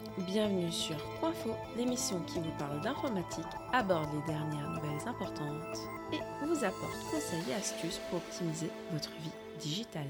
Bienvenue sur Coinfo, l'émission qui vous parle d'informatique, aborde les dernières nouvelles importantes et vous apporte conseils et astuces pour optimiser votre vie digitale.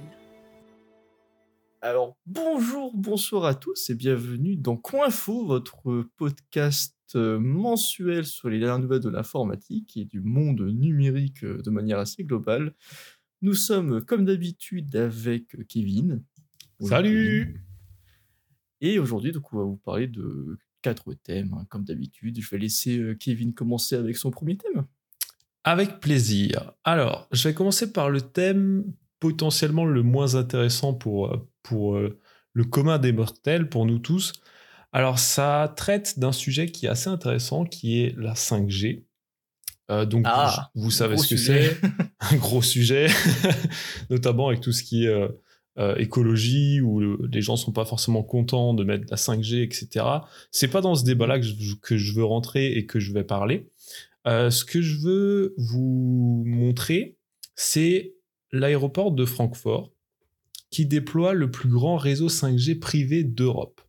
Alors bonjour, bonsoir à tous et bienvenue dans Coinfo, votre podcast mensuel sur les dernières nouvelles de l'informatique et du monde numérique de manière assez globale. Nous sommes comme d'habitude avec Kevin. Bonjour Kevin. Salut! Et aujourd'hui, donc, on va vous parler de 4 thèmes, hein, comme d'habitude. Je vais laisser Kevin commencer avec son premier thème. Avec plaisir. Alors, je vais commencer par le thème potentiellement le moins intéressant pour le commun des mortels, pour nous tous. Alors, ça traite d'un sujet qui est assez intéressant, qui est la 5G. Donc, vous savez gros ce que sujet. c'est. Un gros sujet, notamment avec tout ce qui est écologie, où les gens sont pas forcément contents de mettre la 5G, etc. C'est pas dans ce débat-là que je veux rentrer et que je vais parler. Ce que je veux vous montrer, c'est l'aéroport de Francfort qui déploie le plus grand réseau 5G privé d'Europe.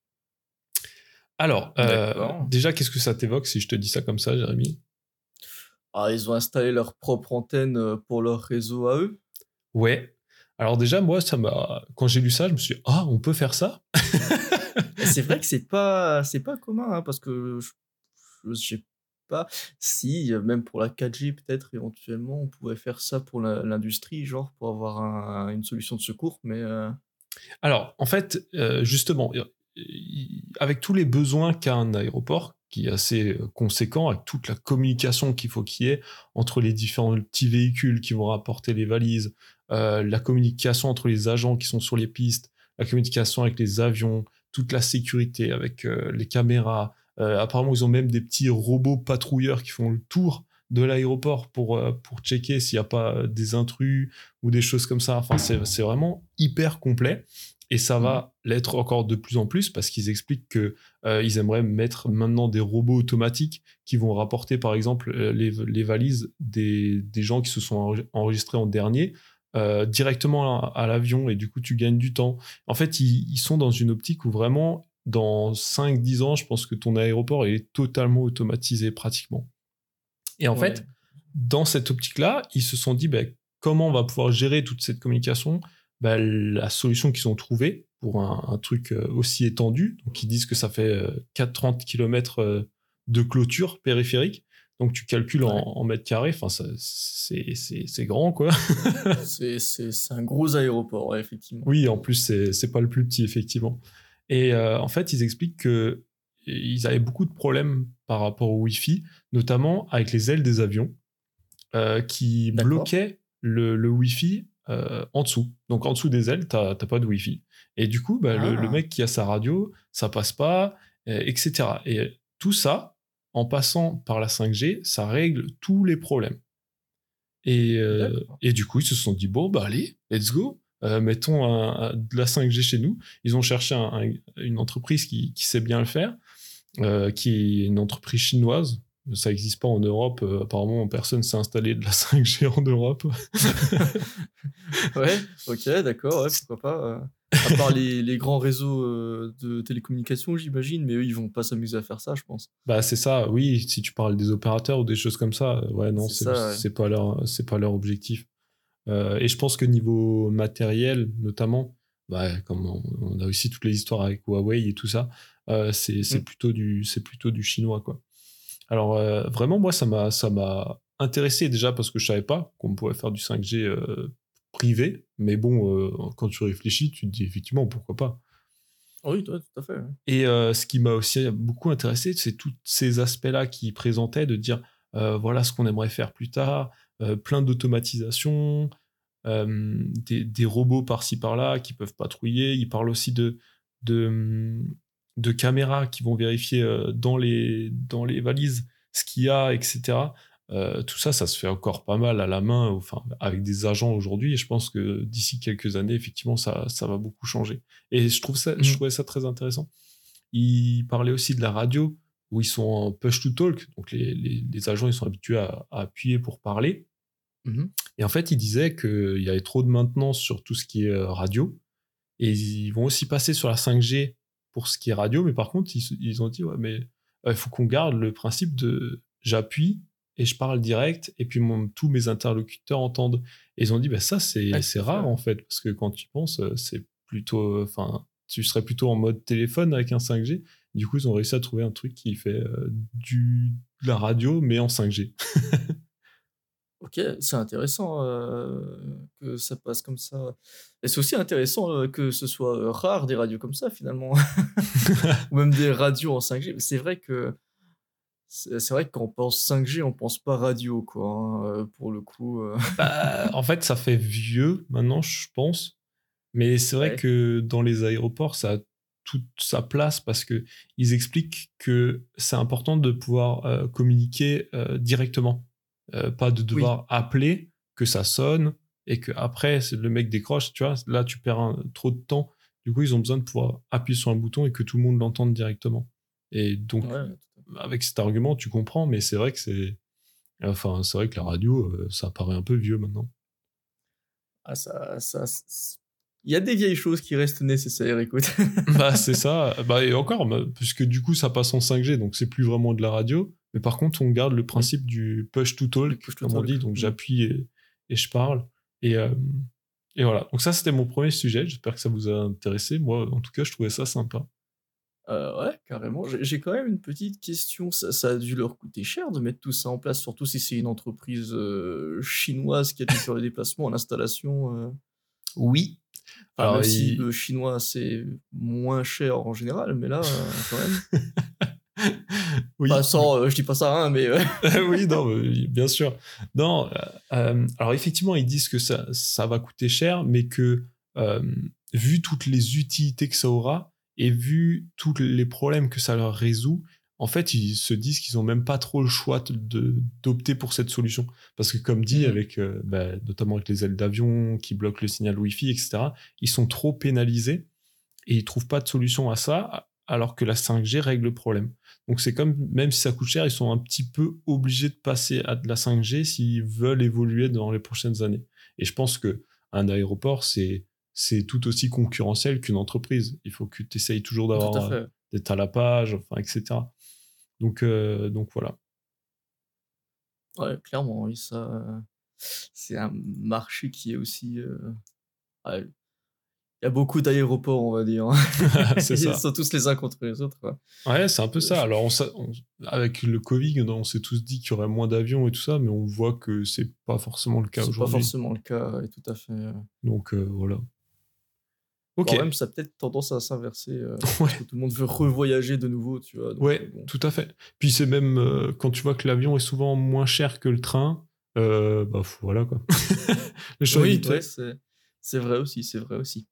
Alors, déjà, qu'est-ce que ça t'évoque si je te dis ça comme ça, Jérémy ? Ah, ils ont installé leur propre antenne pour leur réseau à eux. Ouais. Alors déjà, moi, quand j'ai lu ça, je me suis dit, ah, on peut faire ça ? C'est vrai que c'est pas commun, hein, parce que je sais pas si, même pour la 4G peut-être éventuellement, on pourrait faire ça pour l'industrie, genre pour avoir une solution de secours, mais Alors, en fait, justement, avec tous les besoins qu'a un aéroport, qui est assez conséquent, avec toute la communication qu'il faut qu'il y ait entre les différents petits véhicules qui vont rapporter les valises, la communication entre les agents qui sont sur les pistes, la communication avec les avions, toute la sécurité avec les caméras. Apparemment, ils ont même des petits robots patrouilleurs qui font le tour de l'aéroport pour checker s'il n'y a pas des intrus ou des choses comme ça. Enfin, c'est vraiment hyper complet. Et ça va l'être encore de plus en plus parce qu'ils expliquent qu'ils aimeraient mettre maintenant des robots automatiques qui vont rapporter, par exemple, les valises des gens qui se sont enregistrés en dernier directement à l'avion, et du coup, tu gagnes du temps. En fait, ils sont dans une optique où vraiment, dans 5-10 ans, je pense que ton aéroport est totalement automatisé pratiquement. Et en fait, dans cette optique-là, ils se sont dit comment on va pouvoir gérer toute cette communication. La solution qu'ils ont trouvée pour un truc aussi étendu, donc ils disent que ça fait 30 km de clôture périphérique, donc tu calcules en mètres carrés, c'est grand quoi. c'est un gros aéroport, ouais, effectivement. Oui, en plus c'est pas le plus petit effectivement. Et en fait, ils expliquent qu'ils avaient beaucoup de problèmes par rapport au Wi-Fi, notamment avec les ailes des avions qui bloquaient le Wi-Fi en dessous. Donc en dessous des ailes, t'as pas de Wi-Fi. Et du coup, le mec qui a sa radio, ça passe pas, etc. Et tout ça, en passant par la 5G, ça règle tous les problèmes. Et du coup, ils se sont dit, bon, allez, let's go. Mettons de la 5G chez nous. Ils ont cherché une entreprise qui sait bien le faire, qui est une entreprise chinoise. Ça n'existe pas en Europe. Apparemment, personne s'est installé de la 5G en Europe. Ouais, ok, d'accord, ouais, pourquoi pas. À part les grands réseaux de télécommunications, j'imagine, mais eux, ils vont pas s'amuser à faire ça, je pense. C'est ça, oui, si tu parles des opérateurs ou des choses comme ça, ouais, non, c'est pas leur objectif. Et je pense que niveau matériel, notamment, comme on a aussi toutes les histoires avec Huawei et tout ça, c'est plutôt du chinois, quoi. Alors, vraiment, moi, ça m'a intéressé déjà parce que je savais pas qu'on pouvait faire du 5G privé, mais bon, quand tu réfléchis, tu te dis effectivement, pourquoi pas. Oui, tout à fait. Et ce qui m'a aussi beaucoup intéressé, c'est tous ces aspects-là qui présentaient, de dire, voilà ce qu'on aimerait faire plus tard, plein d'automatisation, des robots par-ci par-là qui peuvent patrouiller. Ils parlent aussi de caméras qui vont vérifier dans les valises ce qu'il y a, etc. Tout ça se fait encore pas mal à la main, enfin, avec des agents aujourd'hui, et je pense que d'ici quelques années, effectivement, ça va beaucoup changer. Et je trouvais ça très intéressant. Ils parlaient aussi de la radio, où ils sont en push to talk, donc les agents ils sont habitués à appuyer pour parler. Et en fait, ils disaient qu'il y avait trop de maintenance sur tout ce qui est radio, et ils vont aussi passer sur la 5G pour ce qui est radio, mais par contre, ils ont dit, ouais, mais il faut qu'on garde le principe de j'appuie et je parle direct, et puis tous mes interlocuteurs entendent. Et ils ont dit, bah, ça, c'est rare, en fait, parce que quand tu penses, c'est plutôt... Enfin, tu serais plutôt en mode téléphone avec un 5G. Du coup, ils ont réussi à trouver un truc qui fait de la radio, mais en 5G. Ok, c'est intéressant que ça passe comme ça. Et c'est aussi intéressant que ce soit rare des radios comme ça, finalement. Ou même des radios en 5G. C'est vrai que quand on pense 5G, on pense pas radio, quoi, hein, pour le coup. Bah, en fait, ça fait vieux maintenant, je pense. Mais c'est vrai Ouais. que dans les aéroports, ça a toute sa place parce que ils expliquent que c'est important de pouvoir communiquer directement. Pas de devoir appeler, que ça sonne, et que après le mec décroche, tu vois. Là, tu perds trop de temps. Du coup, ils ont besoin de pouvoir appuyer sur un bouton et que tout le monde l'entende directement. Et donc, avec cet argument, tu comprends, mais c'est vrai que c'est vrai que la radio, ça paraît un peu vieux maintenant. Ah, il y a des vieilles choses qui restent nécessaires, écoute. Bah, c'est ça. Bah, et encore, puisque du coup, ça passe en 5G, donc c'est plus vraiment de la radio. Mais par contre, on garde le principe du push to talk, comme on dit. Donc, j'appuie et je parle. Et voilà. Donc, ça, c'était mon premier sujet. J'espère que ça vous a intéressé. Moi, en tout cas, je trouvais ça sympa. Ouais, carrément. J'ai quand même une petite question. Ça a dû leur coûter cher de mettre tout ça en place, surtout si c'est une entreprise chinoise qui a dû faire les déplacements en installation. Oui. Alors, même si le chinois, c'est moins cher en général, mais là, quand même. Oui. Pas sans, je dis pas ça, hein, mais... Oui, non, bien sûr. Non, alors effectivement, ils disent que ça va coûter cher, mais que vu toutes les utilités que ça aura, et vu tous les problèmes que ça leur résout, en fait, ils se disent qu'ils n'ont même pas trop le choix d'opter pour cette solution. Parce que comme dit, avec, notamment avec les ailes d'avion qui bloquent le signal Wi-Fi, etc., ils sont trop pénalisés et ils ne trouvent pas de solution à ça, alors que la 5G règle le problème. Donc c'est comme, même si ça coûte cher, ils sont un petit peu obligés de passer à de la 5G s'ils veulent évoluer dans les prochaines années. Et je pense qu'un aéroport, c'est tout aussi concurrentiel qu'une entreprise. Il faut que tu essayes toujours d'être à la page, enfin, etc. Donc voilà. Ouais, clairement, oui, ça... c'est un marché qui est aussi... il y a beaucoup d'aéroports, on va dire. C'est ça. Ils sont tous les uns contre les autres. Quoi. Ouais, c'est un peu ça. Alors, avec le Covid, on s'est tous dit qu'il y aurait moins d'avions et tout ça, mais on voit que c'est pas forcément le cas aujourd'hui. C'est pas forcément le cas, et tout à fait. Donc, voilà. Ok. Quand même, ça a peut-être tendance à s'inverser. Parce que tout le monde veut revoyager de nouveau, tu vois. Donc, ouais, bon. Tout à fait. Puis c'est même, quand tu vois que l'avion est souvent moins cher que le train, voilà, quoi. Le choix c'est vrai aussi, c'est vrai aussi.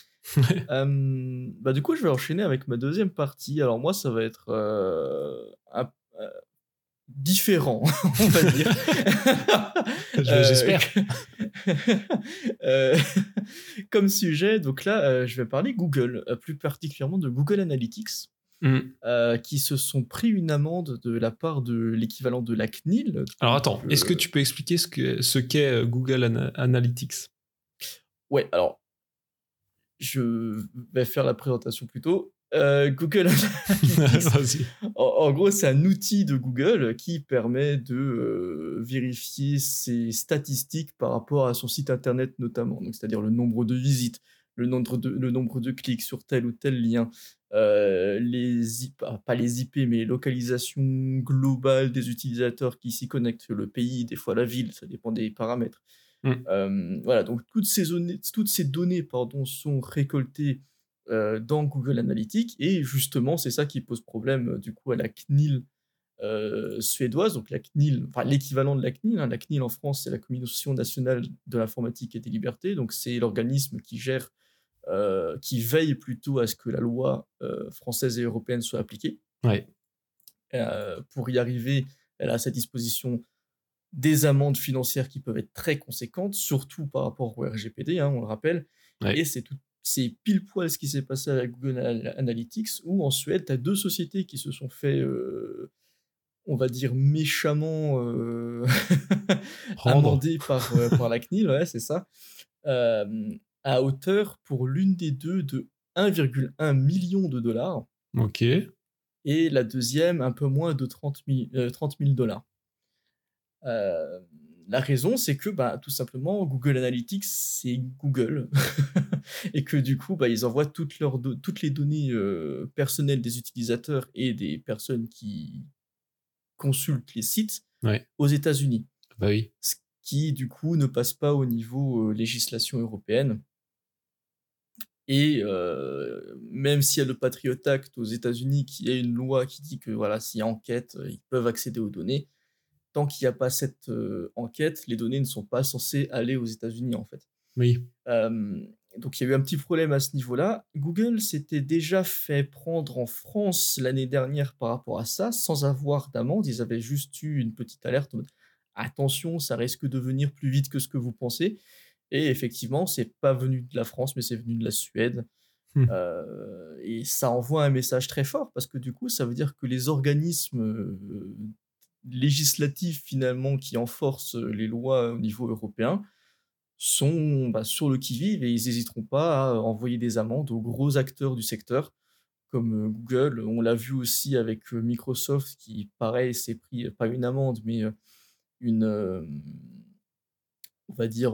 Du coup, je vais enchaîner avec ma deuxième partie. Alors moi, ça va être différent, on va dire. J'espère. Comme sujet, donc là, je vais parler Google, plus particulièrement de Google Analytics, qui se sont pris une amende de la part de l'équivalent de la CNIL. Alors attends, est-ce que tu peux expliquer ce qu'est Google Analytics ? Ouais, alors je vais faire la présentation plus tôt. Google Analytics, en gros, c'est un outil de Google qui permet de vérifier ses statistiques par rapport à son site internet notamment, donc c'est-à-dire le nombre de visites, le nombre de clics sur tel ou tel lien, les IP, pas les IP, mais localisation globale des utilisateurs qui s'y connectent, le pays, des fois la ville, ça dépend des paramètres. Voilà, donc toutes ces données sont récoltées dans Google Analytics, et justement c'est ça qui pose problème du coup à la CNIL suédoise, donc la CNIL, enfin l'équivalent de la CNIL. La CNIL en France, c'est la Commission nationale de l'informatique et des libertés, donc c'est l'organisme qui gère, qui veille plutôt à ce que la loi française et européenne soit appliquée. Ouais. Pour y arriver, elle a à sa disposition des amendes financières qui peuvent être très conséquentes, surtout par rapport au RGPD, on le rappelle. Ouais. Et c'est pile poil ce qui s'est passé avec Google Analytics, où en Suède, tu as deux sociétés qui se sont fait, on va dire méchamment, amendées par la CNIL, ouais, c'est ça, à hauteur pour l'une des deux de 1,1 million de dollars. Ok. Et la deuxième, un peu moins de 30 000 dollars. La raison, c'est que tout simplement, Google Analytics, c'est Google. Et que du coup, ils envoient toutes les données personnelles des utilisateurs et des personnes qui consultent les sites aux États-Unis. Bah oui. Ce qui, du coup, ne passe pas au niveau législation européenne. Et même s'il y a le Patriot Act aux États-Unis, qui est une loi qui dit que voilà, s'il y a enquête, ils peuvent accéder aux données. Tant qu'il n'y a pas cette enquête, les données ne sont pas censées aller aux États-Unis, en fait. Oui. Donc il y a eu un petit problème à ce niveau-là. Google s'était déjà fait prendre en France l'année dernière par rapport à ça, sans avoir d'amende. Ils avaient juste eu une petite alerte en mode « Attention, ça risque de venir plus vite que ce que vous pensez ». Et effectivement, c'est pas venu de la France, mais c'est venu de la Suède. Et ça envoie un message très fort, parce que du coup, ça veut dire que les organismes législatifs, finalement, qui enforcent les lois au niveau européen, sont sur le qui-vive, et ils n'hésiteront pas à envoyer des amendes aux gros acteurs du secteur, comme Google. On l'a vu aussi avec Microsoft, qui, pareil, s'est pris, pas une amende, mais on va dire,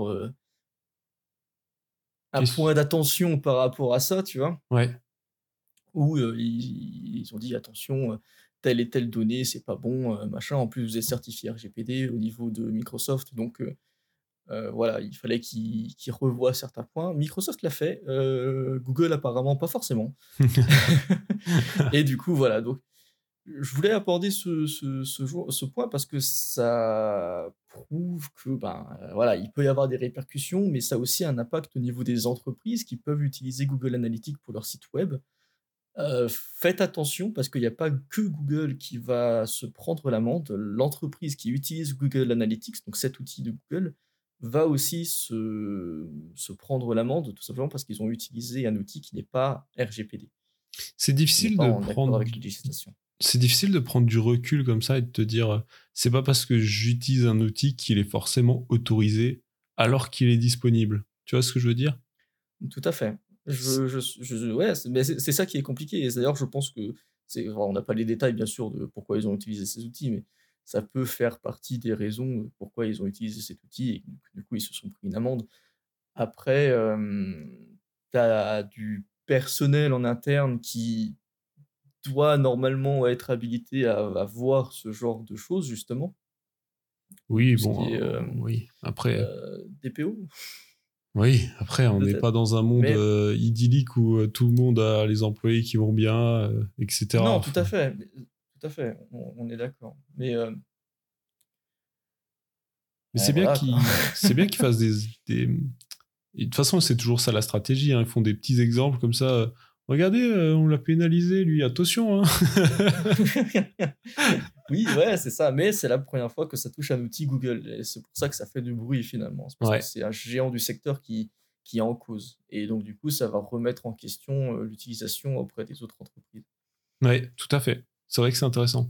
un point d'attention par rapport à ça, tu vois. Ouais. Où ils ont dit attention, telle et telle donnée, c'est pas bon, machin. En plus, vous êtes certifié RGPD au niveau de Microsoft, donc voilà, il fallait qu'ils revoient certains points. Microsoft l'a fait, Google apparemment pas forcément. Et du coup, voilà, donc je voulais aborder ce point parce que ça prouve que voilà, il peut y avoir des répercussions, mais ça a aussi un impact au niveau des entreprises qui peuvent utiliser Google Analytics pour leur site web. Faites attention, parce qu'il n'y a pas que Google qui va se prendre l'amende. L'entreprise qui utilise Google Analytics, donc cet outil de Google, va aussi se prendre l'amende, tout simplement parce qu'ils ont utilisé un outil qui n'est pas RGPD. C'est difficile de prendre avec la législation. C'est difficile de prendre du recul comme ça et de te dire c'est pas parce que j'utilise un outil qu'il est forcément autorisé alors qu'il est disponible. Tu vois ce que je veux dire? Tout à fait. Ouais, mais c'est ça qui est compliqué. Et d'ailleurs, je pense que on n'a pas les détails, bien sûr, de pourquoi ils ont utilisé ces outils, mais ça peut faire partie des raisons pourquoi ils ont utilisé cet outil et du coup, ils se sont pris une amende. Après, tu as du personnel en interne qui doit normalement être habilité à voir ce genre de choses, justement. Oui, Tout ce qui est, oui. Après, DPO. oui, après, on n'est Peut-être. pas dans un monde idyllique où tout le monde a les employés qui vont bien, etc. Non, tout à fait. Tout à fait, on est d'accord. Mais c'est bien qu'ils fassent des... Et de toute façon, c'est toujours ça la stratégie. Hein. Ils font des petits exemples comme ça. Regardez, on l'a pénalisé, lui, attention. Hein. Oui, ouais, c'est ça. Mais c'est la première fois que ça touche un outil Google. Et c'est pour ça que ça fait du bruit, finalement. C'est parce que c'est un géant du secteur qui est en cause. Et donc, du coup, ça va remettre en question l'utilisation auprès des autres entreprises. Oui, tout à fait. C'est vrai que c'est intéressant.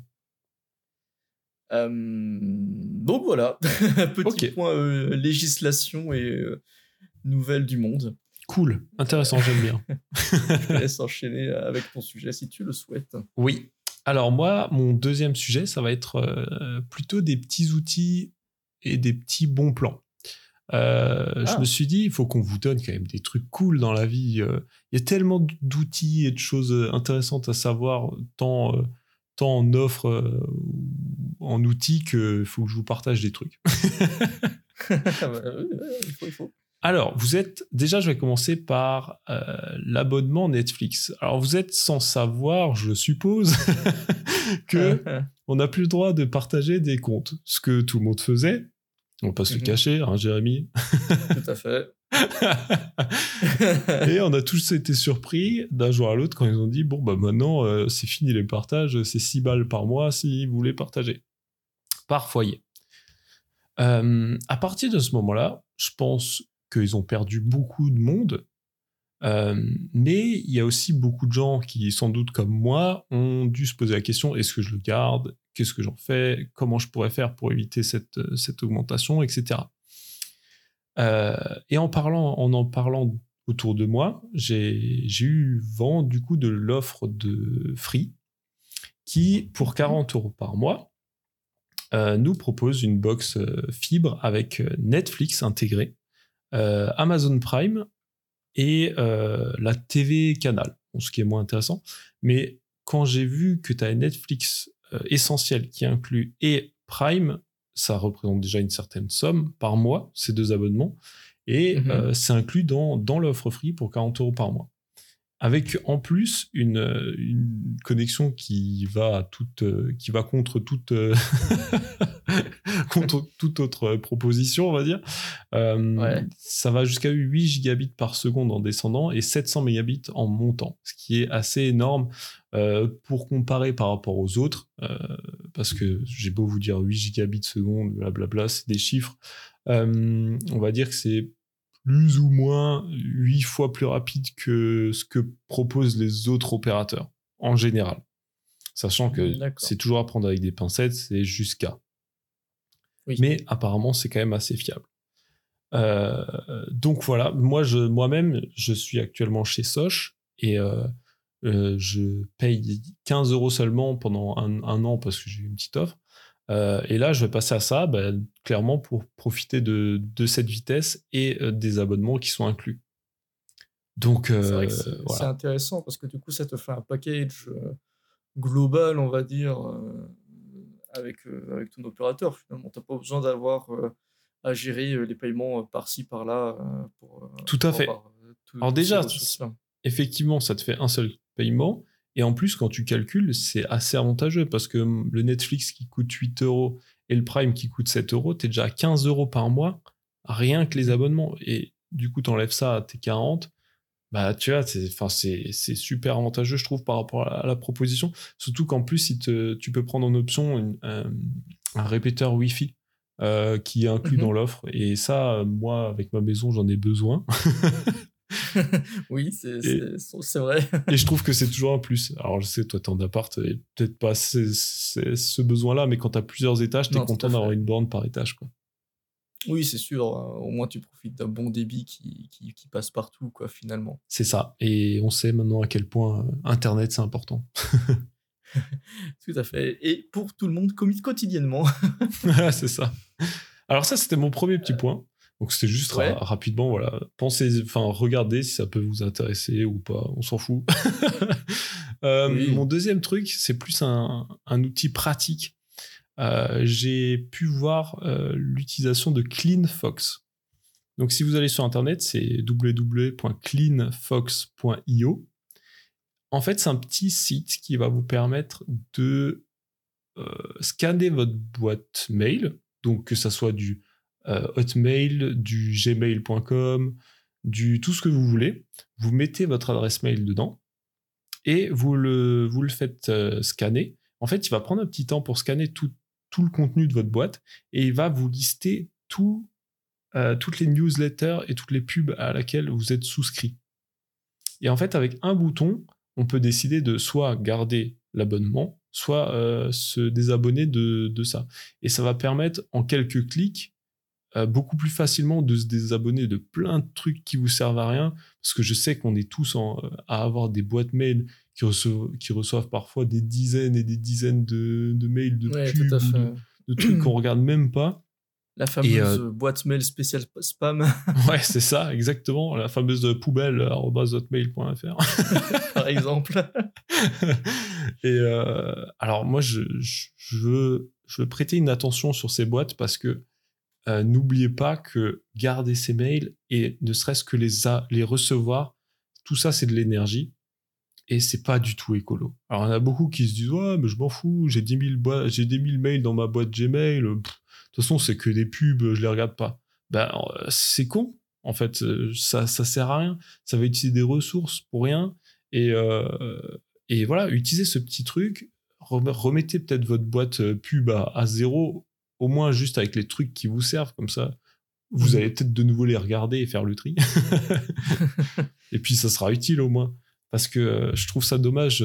Donc, voilà. Petit point législation et nouvelles du monde. Cool, intéressant, j'aime bien. Je te laisse enchaîner avec ton sujet si tu le souhaites. Oui. Alors moi, mon deuxième sujet, ça va être plutôt des petits outils et des petits bons plans. Je me suis dit, il faut qu'on vous donne quand même des trucs cool dans la vie. Il y a tellement d'outils et de choses intéressantes à savoir, tant en offres, en outils, qu'il faut que je vous partage des trucs. Il faut. Alors, déjà, je vais commencer par l'abonnement Netflix. Alors, vous êtes sans savoir, je suppose, que on n'a plus le droit de partager des comptes. Ce que tout le monde faisait. On va pas se le cacher, hein, Jérémy. Tout à fait. Et on a tous été surpris d'un jour à l'autre quand ils ont dit bon, maintenant, c'est fini les partages, c'est 6 balles par mois si vous voulez partager. Par foyer. À partir de ce moment-là, je pense qu'ils ont perdu beaucoup de monde, mais il y a aussi beaucoup de gens qui, sans doute comme moi, ont dû se poser la question, est-ce que je le garde ? Qu'est-ce que j'en fais ? Comment je pourrais faire pour éviter cette augmentation, etc. Et en parlant autour de moi, j'ai eu vent du coup de l'offre de Free qui, pour 40 € par mois, nous propose une box fibre avec Netflix intégré, Amazon Prime et la TV Canal, bon, ce qui est moins intéressant. Mais quand j'ai vu que tu as Netflix essentiel qui inclut et Prime, ça représente déjà une certaine somme par mois, ces 2 abonnements, et c'est inclus dans l'offre Free pour 40 € par mois. Avec en plus une connexion qui va contre toute contre toute autre proposition, on va dire. Ça va jusqu'à 8 gigabits par seconde en descendant et 700 mégabits en montant, ce qui est assez énorme pour comparer par rapport aux autres, parce que j'ai beau vous dire 8 gigabits seconde, blablabla, c'est des chiffres. On va dire que c'est plus ou moins 8 fois plus rapide que ce que proposent les autres opérateurs, en général. Sachant que c'est toujours à prendre avec des pincettes, c'est jusqu'à. Oui. Mais apparemment, c'est quand même assez fiable. Donc voilà, moi-même, je suis actuellement chez Soch et je paye 15 € seulement pendant un an parce que j'ai eu une petite offre. Et là, je vais passer à ça, clairement, pour profiter de cette vitesse et des abonnements qui sont inclus. Donc, c'est vrai que c'est intéressant parce que du coup, ça te fait un package global, on va dire, avec ton opérateur. Finalement, tu n'as pas besoin d'avoir à gérer les paiements par-ci, par-là. Tout à fait. Alors déjà, effectivement, ça te fait un seul paiement. Et en plus, quand tu calcules, c'est assez avantageux parce que le Netflix qui coûte 8 € et le Prime qui coûte 7 €, t'es déjà à 15 € par mois, rien que les abonnements. Et du coup, t'enlèves ça à tes 40. Tu vois, c'est super avantageux, je trouve, par rapport à la proposition. Surtout qu'en plus, tu peux prendre en option un répéteur Wi-Fi qui est inclus dans l'offre. Et ça, moi, avec ma maison, j'en ai besoin. Oui, c'est vrai. Et je trouve que c'est toujours un plus. Alors, je sais, toi, t'es en appart, et peut-être pas ce besoin-là, mais quand t'as plusieurs étages, t'es content d'avoir une borne par étage, quoi. Oui, c'est sûr. Au moins, tu profites d'un bon débit qui passe partout, quoi, finalement. C'est ça. Et on sait maintenant à quel point Internet, c'est important. Tout à fait. Et pour tout le monde, quotidiennement. C'est ça. Alors ça, c'était mon premier petit point. Donc c'était juste rapidement, voilà, regardez si ça peut vous intéresser ou pas, on s'en fout. Mon deuxième truc, c'est plus un outil pratique. J'ai pu voir l'utilisation de CleanFox. Donc si vous allez sur internet, c'est www.cleanfox.io. En fait, c'est un petit site qui va vous permettre de scanner votre boîte mail, donc que ça soit du Hotmail, du gmail.com, du tout ce que vous voulez. Vous mettez votre adresse mail dedans et vous le faites scanner. En fait, il va prendre un petit temps pour scanner tout le contenu de votre boîte et il va vous lister toutes les newsletters et toutes les pubs à laquelle vous êtes souscrit. Et en fait, avec un bouton, on peut décider de soit garder l'abonnement, soit se désabonner de ça. Et ça va permettre, en quelques clics, beaucoup plus facilement de se désabonner de plein de trucs qui vous servent à rien, parce que je sais qu'on est tous à avoir des boîtes mail qui reçoivent parfois des dizaines et des dizaines de mails, de pubs, de trucs qu'on regarde même pas. La fameuse boîte mail spéciale spam. Ouais, c'est ça, exactement. La fameuse poubelle @hotmail.fr. Par exemple. Et alors moi, je veux prêter une attention sur ces boîtes parce que n'oubliez pas que garder ces mails et ne serait-ce que les recevoir, tout ça, c'est de l'énergie et c'est pas du tout écolo. Alors, il y en a beaucoup qui se disent « Ouais, mais je m'en fous, j'ai 10 000 mails dans ma boîte Gmail. De toute façon, c'est que des pubs, je les regarde pas. » C'est con. En fait, ça sert à rien. Ça va utiliser des ressources pour rien. Et voilà, utilisez ce petit truc. Remettez peut-être votre boîte pub à zéro, au moins juste avec les trucs qui vous servent, comme ça, vous allez peut-être de nouveau les regarder et faire le tri. Et puis, ça sera utile au moins. Parce que je trouve ça dommage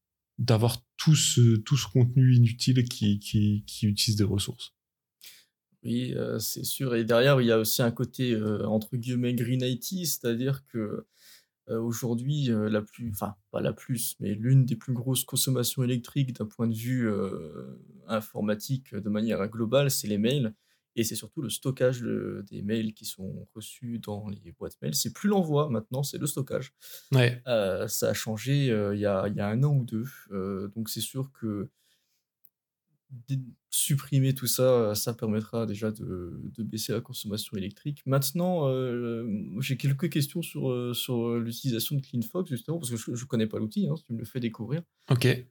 d'avoir tout ce contenu inutile qui utilise des ressources. Oui, c'est sûr et derrière, il y a aussi un côté, entre guillemets «green IT», c'est-à-dire que, aujourd'hui, la plus enfin, pas la plus, mais l'une des plus grosses consommations électriques d'un point de vue, informatique, de manière globale, c'est les mails et c'est surtout le stockage des mails qui sont reçus dans les boîtes mail. C'est plus l'envoi maintenant, c'est le stockage. Ouais. Ça a changé, il y a 1 an ou 2, donc c'est sûr que supprimer tout ça, ça permettra déjà de baisser la consommation électrique. Maintenant, j'ai quelques questions sur l'utilisation de CleanFox justement parce que je connais pas l'outil, hein, tu me le fais découvrir. Ok.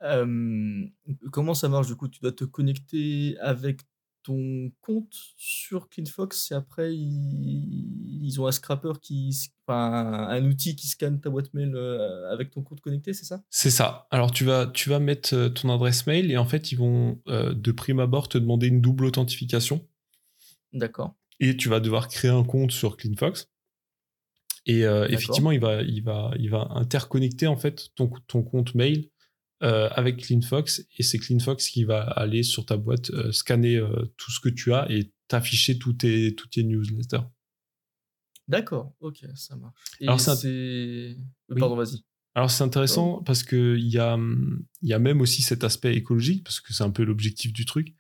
Comment ça marche du coup? Tu dois te connecter avec ton compte sur CleanFox et après ils ont un scrapper enfin un outil qui scanne ta boîte mail, avec ton compte connecté, c'est ça? C'est ça. Alors tu vas mettre ton adresse mail et en fait ils vont de prime abord te demander une double authentification D'accord, et tu vas devoir créer un compte sur CleanFox. Et d'accord. effectivement, il va interconnecter en fait ton compte mail avec CleanFox et c'est CleanFox qui va aller sur ta boîte scanner tout ce que tu as et t'afficher tous tes newsletters. D'accord, OK, ça marche Alors et c'est pardon, oui. vas-y. Alors c'est Non? intéressant parce que il y a même aussi cet aspect écologique parce que c'est un peu l'objectif du truc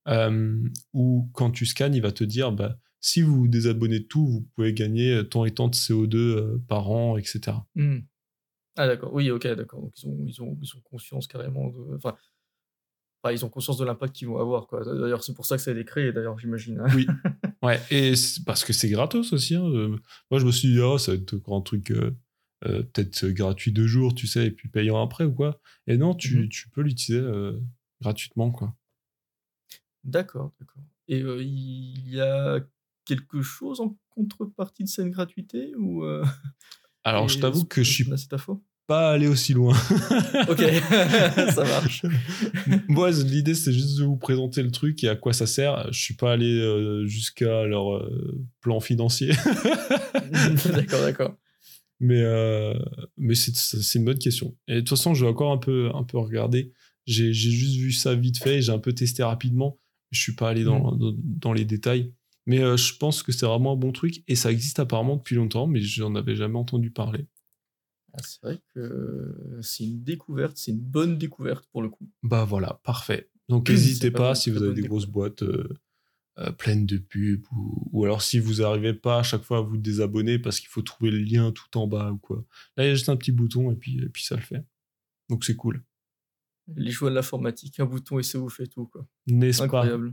où quand tu scannes, il va te dire bah, si vous vous désabonnez de tout, vous pouvez gagner tant et tant de CO2 par an, etc. Mmh. Ah d'accord, oui, OK, d'accord, donc ils ont conscience carrément de ils ont conscience de l'impact qu'ils vont avoir, quoi. D'ailleurs, c'est pour ça que ça a été créé d'ailleurs, j'imagine, hein? Oui. Ouais, et parce que c'est gratos aussi. Hein. Moi, je me suis dit, oh, ça va être encore un truc peut-être gratuit 2 jours, tu sais, et puis payant après ou quoi. Et non, Mmh. tu peux l'utiliser gratuitement, quoi. D'accord, d'accord et il y a quelque chose en contrepartie de cette gratuité ou Alors, je t'avoue est-ce que je que tu suis as cette info? pas allé aussi loin. OK, ça marche. Moi, l'idée, c'est juste de vous présenter le truc et à quoi ça sert. Je suis pas allé jusqu'à leur plan financier. D'accord, d'accord. Mais, euh, mais c'est une bonne question. Et de toute façon, je vais encore un peu regarder. J'ai juste vu ça vite fait et j'ai un peu testé rapidement. Je suis pas allé Mmh. dans les détails. Mais je pense que c'est vraiment un bon truc et ça existe apparemment depuis longtemps, mais j'en avais jamais entendu parler. Ah, c'est vrai que c'est une découverte, c'est une bonne découverte pour le coup. Bah voilà, parfait. Donc C'est n'hésitez vraiment pas une si très vous avez bonne des grosses découverte. boîtes pleines de pubs ou alors si vous n'arrivez pas à chaque fois à vous désabonner parce qu'il faut trouver le lien tout en bas ou quoi. Là, il y a juste un petit bouton et puis ça le fait. Donc c'est cool. Les joies de l'informatique, un bouton et ça vous fait tout, quoi. N'est-ce pas? Incroyable.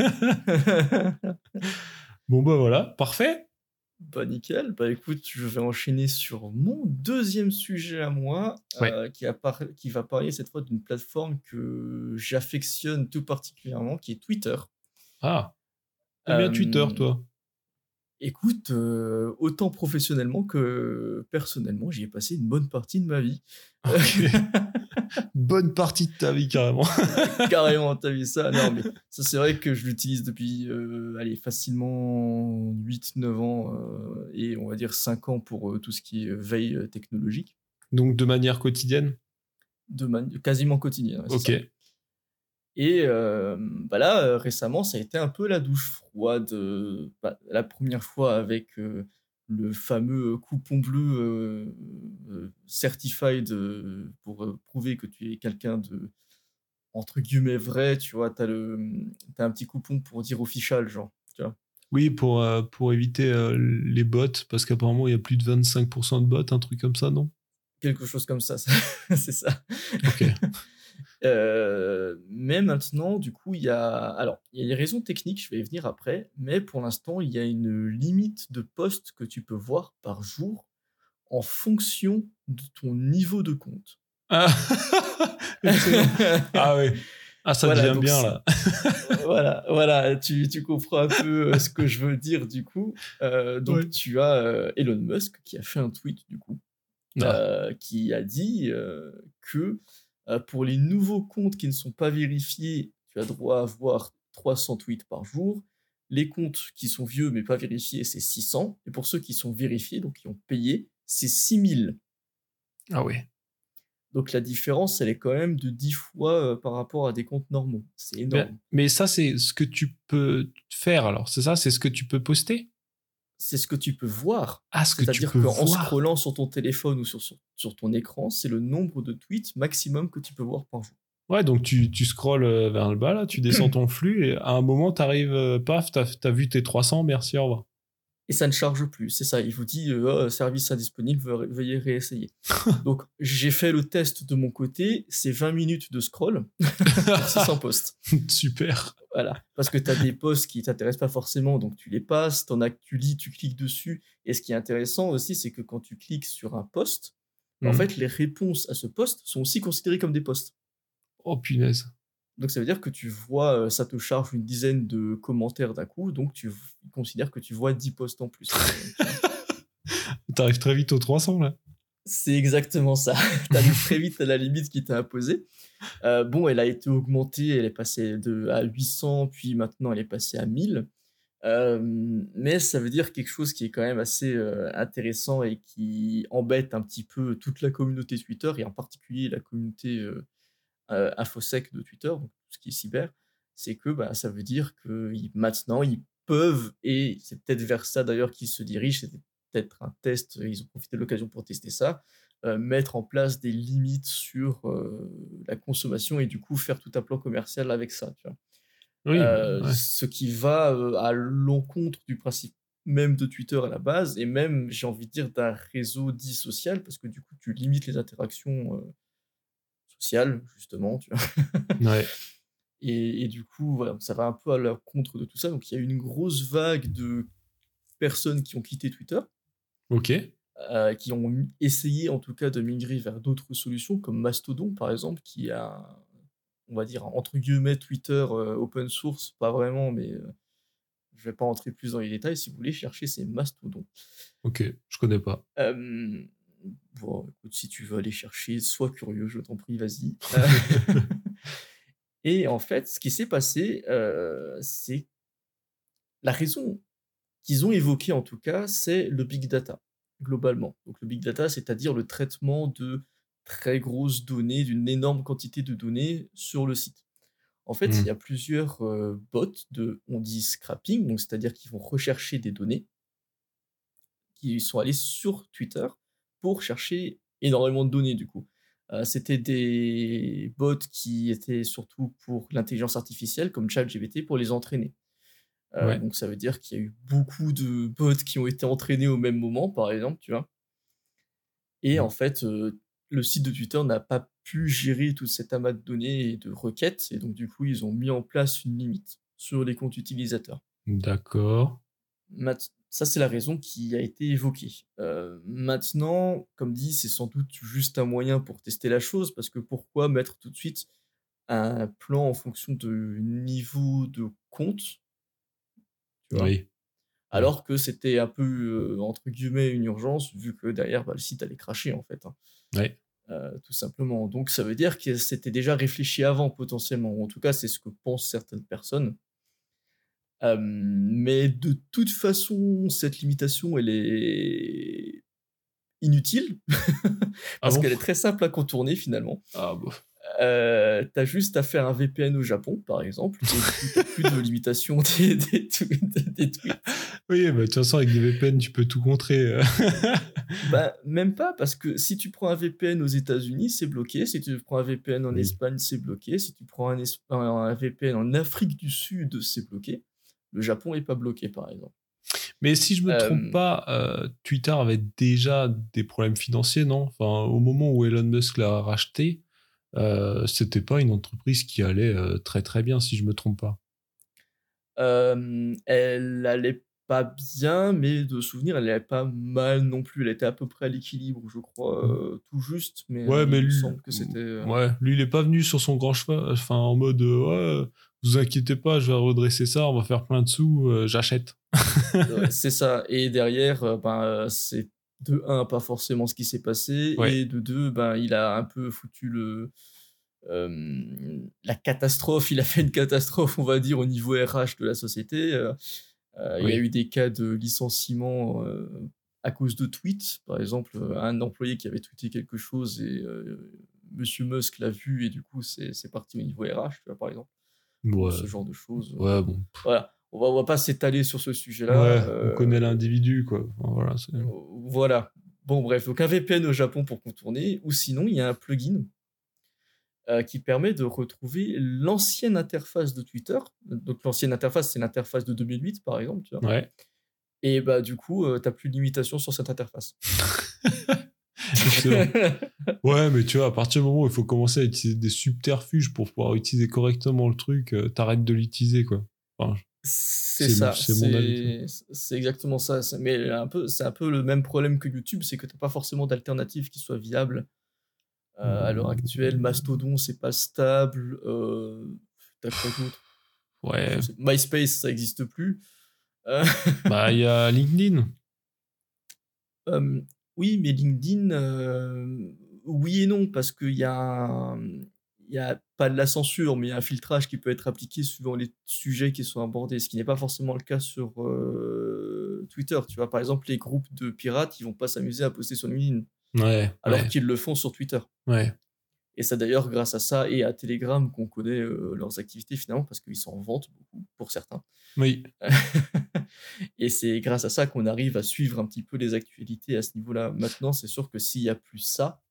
Bon, bah voilà, parfait. Bah, nickel. Bah, écoute, je vais enchaîner sur mon deuxième sujet à moi, Ouais. qui va parler cette fois d'une plateforme que j'affectionne tout particulièrement, qui est Twitter. Ah, t'aimes bien Twitter, Hem, toi? écoute, autant professionnellement que personnellement, j'y ai passé une bonne partie de ma vie. Ok. Bonne partie de ta vie, carrément. Carrément, tu as vu ça? Non, mais ça, c'est vrai que je l'utilise depuis, allez, facilement 8, 9 ans, et on va dire 5 ans pour, tout ce qui est, veille, technologique, Donc, de manière quotidienne? quasiment quotidienne, ouais, c'est Ok. ça et bah, là, récemment, ça a été un peu la douche froide, la première fois avec, le fameux, coupon bleu, certified, pour, prouver que tu es quelqu'un de entre guillemets «vrai», tu vois? Tu un petit coupon pour dire official, genre, tu vois? Oui, pour éviter les bots, parce qu'apparemment, il y a plus de 25% de bots, un truc comme ça, non? Quelque chose comme ça, c'est ça. Ok. Mais maintenant, du coup, il y a les raisons techniques, je vais y venir après, mais pour l'instant, il y a une limite de posts que tu peux voir par jour en fonction de ton niveau de compte. Ah, excellent. Ah ouais. Ah, ça Voilà, devient donc bien, là. voilà, tu comprends un peu, ce que je veux dire du coup. Donc Ouais. tu as, Elon Musk qui a fait un tweet du coup, Ah. qui a dit, que, pour les nouveaux comptes qui ne sont pas vérifiés, tu as droit à voir 300 tweets par jour. Les comptes qui sont vieux mais pas vérifiés, c'est 600 et pour ceux qui sont vérifiés, donc qui ont payé, c'est 6 000. Ah ouais. Donc la différence, elle est quand même de 10 fois par rapport à des comptes normaux. C'est énorme. Mais ça, c'est ce que tu peux faire alors, c'est ça? C'est ce que tu peux poster? C'est ce que tu peux voir. Ah, ce que tu C'est-à-dire peux qu'en voir. scrollant sur ton téléphone ou sur ton écran, c'est le nombre de tweets maximum que tu peux voir par jour. Ouais, donc tu scrolles vers le bas, là, tu descends ton flux, et à un moment, t'arrives, paf, t'as vu tes 300, merci, au revoir. Et ça ne charge plus, c'est ça. Il vous dit oh, service indisponible, veuillez réessayer. Donc j'ai fait le test de mon côté, c'est 20 minutes de scroll pour 600 posts. Super. Voilà, parce que tu as des posts qui t'intéressent pas forcément, donc tu les passes, t'en as que tu lis, tu cliques dessus. Et ce qui est intéressant aussi, c'est que quand tu cliques sur un post, en fait, les réponses à ce post sont aussi considérées comme des posts. Oh punaise. Donc ça veut dire que tu vois, ça te charge une dizaine de commentaires d'un coup, donc tu considères que tu vois 10 posts en plus. T'arrives très vite aux 300 là. C'est exactement ça. T'arrives très vite à la limite qui t'a imposée. Bon, elle a été augmentée, elle est passée à 800, puis maintenant elle est passée à 1000. Mais ça veut dire quelque chose qui est quand même assez intéressant et qui embête un petit peu toute la communauté Twitter, et en particulier la communauté infosec de Twitter, donc tout ce qui est cyber, c'est que ça veut dire que maintenant ils peuvent, et c'est peut-être vers ça d'ailleurs qu'ils se dirigent, c'était peut-être un test, ils ont profité de l'occasion pour tester ça, mettre en place des limites sur la consommation et du coup faire tout un plan commercial avec ça, tu vois. Oui, ouais. Ce qui va à l'encontre du principe même de Twitter à la base, et même, j'ai envie de dire, d'un réseau dit social, parce que du coup, tu limites les interactions sociales, justement, tu vois. Ouais. Et du coup, voilà, ça va un peu à l'encontre de tout ça. Donc, il y a eu une grosse vague de personnes qui ont quitté Twitter, Ok. qui ont essayé, en tout cas, de migrer vers d'autres solutions, comme Mastodon, par exemple, qui a, on va dire, entre guillemets, Twitter open source, pas vraiment, mais je vais pas entrer plus dans les détails. Si vous voulez chercher, c'est Mastodon. Ok, je connais pas. Bon, écoute, si tu veux aller chercher, sois curieux, je t'en prie, vas-y. Et en fait, ce qui s'est passé, c'est la raison qu'ils ont évoquée, en tout cas, c'est le big data, globalement. Donc le big data, c'est-à-dire le traitement de très grosses données, d'une énorme quantité de données sur le site. En fait, il y a plusieurs bots on dit scrapping, donc c'est-à-dire qu'ils vont rechercher des données, qui sont allés sur Twitter pour chercher énormément de données, du coup. C'était des bots qui étaient surtout pour l'intelligence artificielle, comme ChatGPT, pour les entraîner. Ouais. Donc ça veut dire qu'il y a eu beaucoup de bots qui ont été entraînés au même moment, par exemple, tu vois. Et en fait, le site de Twitter n'a pas pu gérer tout cet amas de données et de requêtes, et donc du coup, ils ont mis en place une limite sur les comptes utilisateurs. D'accord. Ça, c'est la raison qui a été évoquée. Maintenant, comme dit, c'est sans doute juste un moyen pour tester la chose, parce que pourquoi mettre tout de suite un plan en fonction de niveau de compte, tu vois? Oui. Alors que c'était un peu, entre guillemets, «une urgence», vu que derrière, le site allait crasher, en fait, hein. Ouais. Tout simplement. Donc ça veut dire que c'était déjà réfléchi avant, potentiellement, ou en tout cas, c'est ce que pensent certaines personnes. Mais de toute façon, cette limitation, elle est inutile Ah parce bon? qu'elle est très simple à contourner, finalement. Ah bon. Tu juste à faire un VPN au Japon, par exemple, et du coup, tu plus de limitation des tweets. Oui, bah, de toute façon, avec des VPN, tu peux tout contrer. Même pas, parce que si tu prends un VPN aux États-Unis, c'est bloqué. Si tu prends un VPN en Oui. Espagne, c'est bloqué. Si tu prends un VPN en Afrique du Sud, c'est bloqué. Le Japon est pas bloqué, par exemple. Mais si je me trompe pas, Twitter avait déjà des problèmes financiers, non? Enfin, au moment où Elon Musk l'a racheté, c'était pas une entreprise qui allait très très bien, si je me trompe pas. Elle allait pas bien, mais de souvenir, elle allait pas mal non plus. Elle était à peu près à l'équilibre, je crois, tout juste, mais Ouais, mais il me lui, semble que c'était... lui, il est pas venu sur son grand cheval, enfin, en mode, ouais, vous inquiétez pas, je vais redresser ça, on va faire plein de sous, j'achète. Ouais, c'est ça. Et derrière, c'est de un, pas forcément ce qui s'est passé, Ouais. et de deux, il a un peu foutu la catastrophe. Il a fait une catastrophe, on va dire, au niveau RH de la société. Il y a Oui. eu des cas de licenciement à cause de tweets. Par exemple, un employé qui avait tweeté quelque chose et Monsieur Musk l'a vu et du coup c'est parti au niveau RH, tu vois, par exemple. Ouais. Ce genre de choses. Ouais, bon. Voilà, on va pas s'étaler sur ce sujet-là. Ouais, on connaît l'individu, quoi. Enfin, voilà, voilà. Bon, bref, donc un VPN au Japon pour contourner, ou sinon, il y a un plugin qui permet de retrouver l'ancienne interface de Twitter. Donc l'ancienne interface, c'est l'interface de 2008, par exemple, tu vois. Ouais. Et bah du coup, t'as plus de limitation sur cette interface. Ouais, mais tu vois, à partir du moment où il faut commencer à utiliser des subterfuges pour pouvoir utiliser correctement le truc, t'arrêtes de l'utiliser, quoi. Enfin, c'est ça, c'est mon avis. c'est exactement ça. Mais c'est un peu le même problème que YouTube, c'est que t'as pas forcément d'alternative qui soit viable. À l'heure actuelle, Mastodon, c'est pas stable. T'as quoi d'autre? Ouais. MySpace, ça existe plus. Bah, il y a LinkedIn. Oui, mais LinkedIn, oui et non, parce qu'il y a il y a pas de la censure, mais il y a un filtrage qui peut être appliqué suivant les sujets qui sont abordés, ce qui n'est pas forcément le cas sur Twitter. Tu vois, par exemple, les groupes de pirates, ils vont pas s'amuser à poster sur LinkedIn, alors qu'ils le font sur Twitter. Ouais. Et c'est d'ailleurs grâce à ça et à Telegram qu'on connaît leurs activités finalement, parce qu'ils s'en vantent beaucoup pour certains. Oui. Et c'est grâce à ça qu'on arrive à suivre un petit peu les actualités à ce niveau-là. Maintenant, c'est sûr que s'il n'y a plus ça,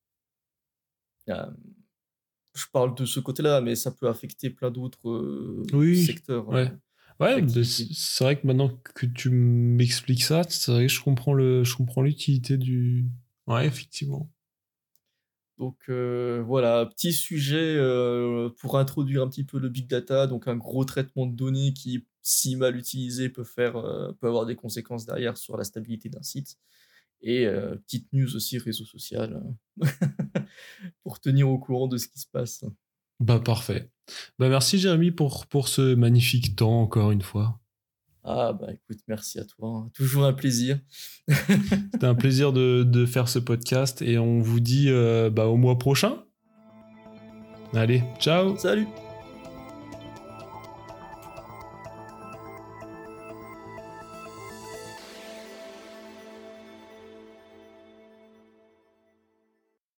je parle de ce côté-là, mais ça peut affecter plein d'autres secteurs. Ouais, c'est vrai que maintenant que tu m'expliques ça, c'est vrai que je comprends l'utilité du... Ouais, effectivement. Donc voilà, petit sujet pour introduire un petit peu le big data, donc un gros traitement de données qui, si mal utilisé, peut avoir des conséquences derrière sur la stabilité d'un site. Et petite news aussi réseau social pour tenir au courant de ce qui se passe. Bah parfait. Bah merci Jérémy pour ce magnifique temps encore une fois. Ah bah écoute, merci à toi, hein. Toujours un plaisir. C'était un plaisir de faire ce podcast et on vous dit au mois prochain. Allez, ciao. Salut.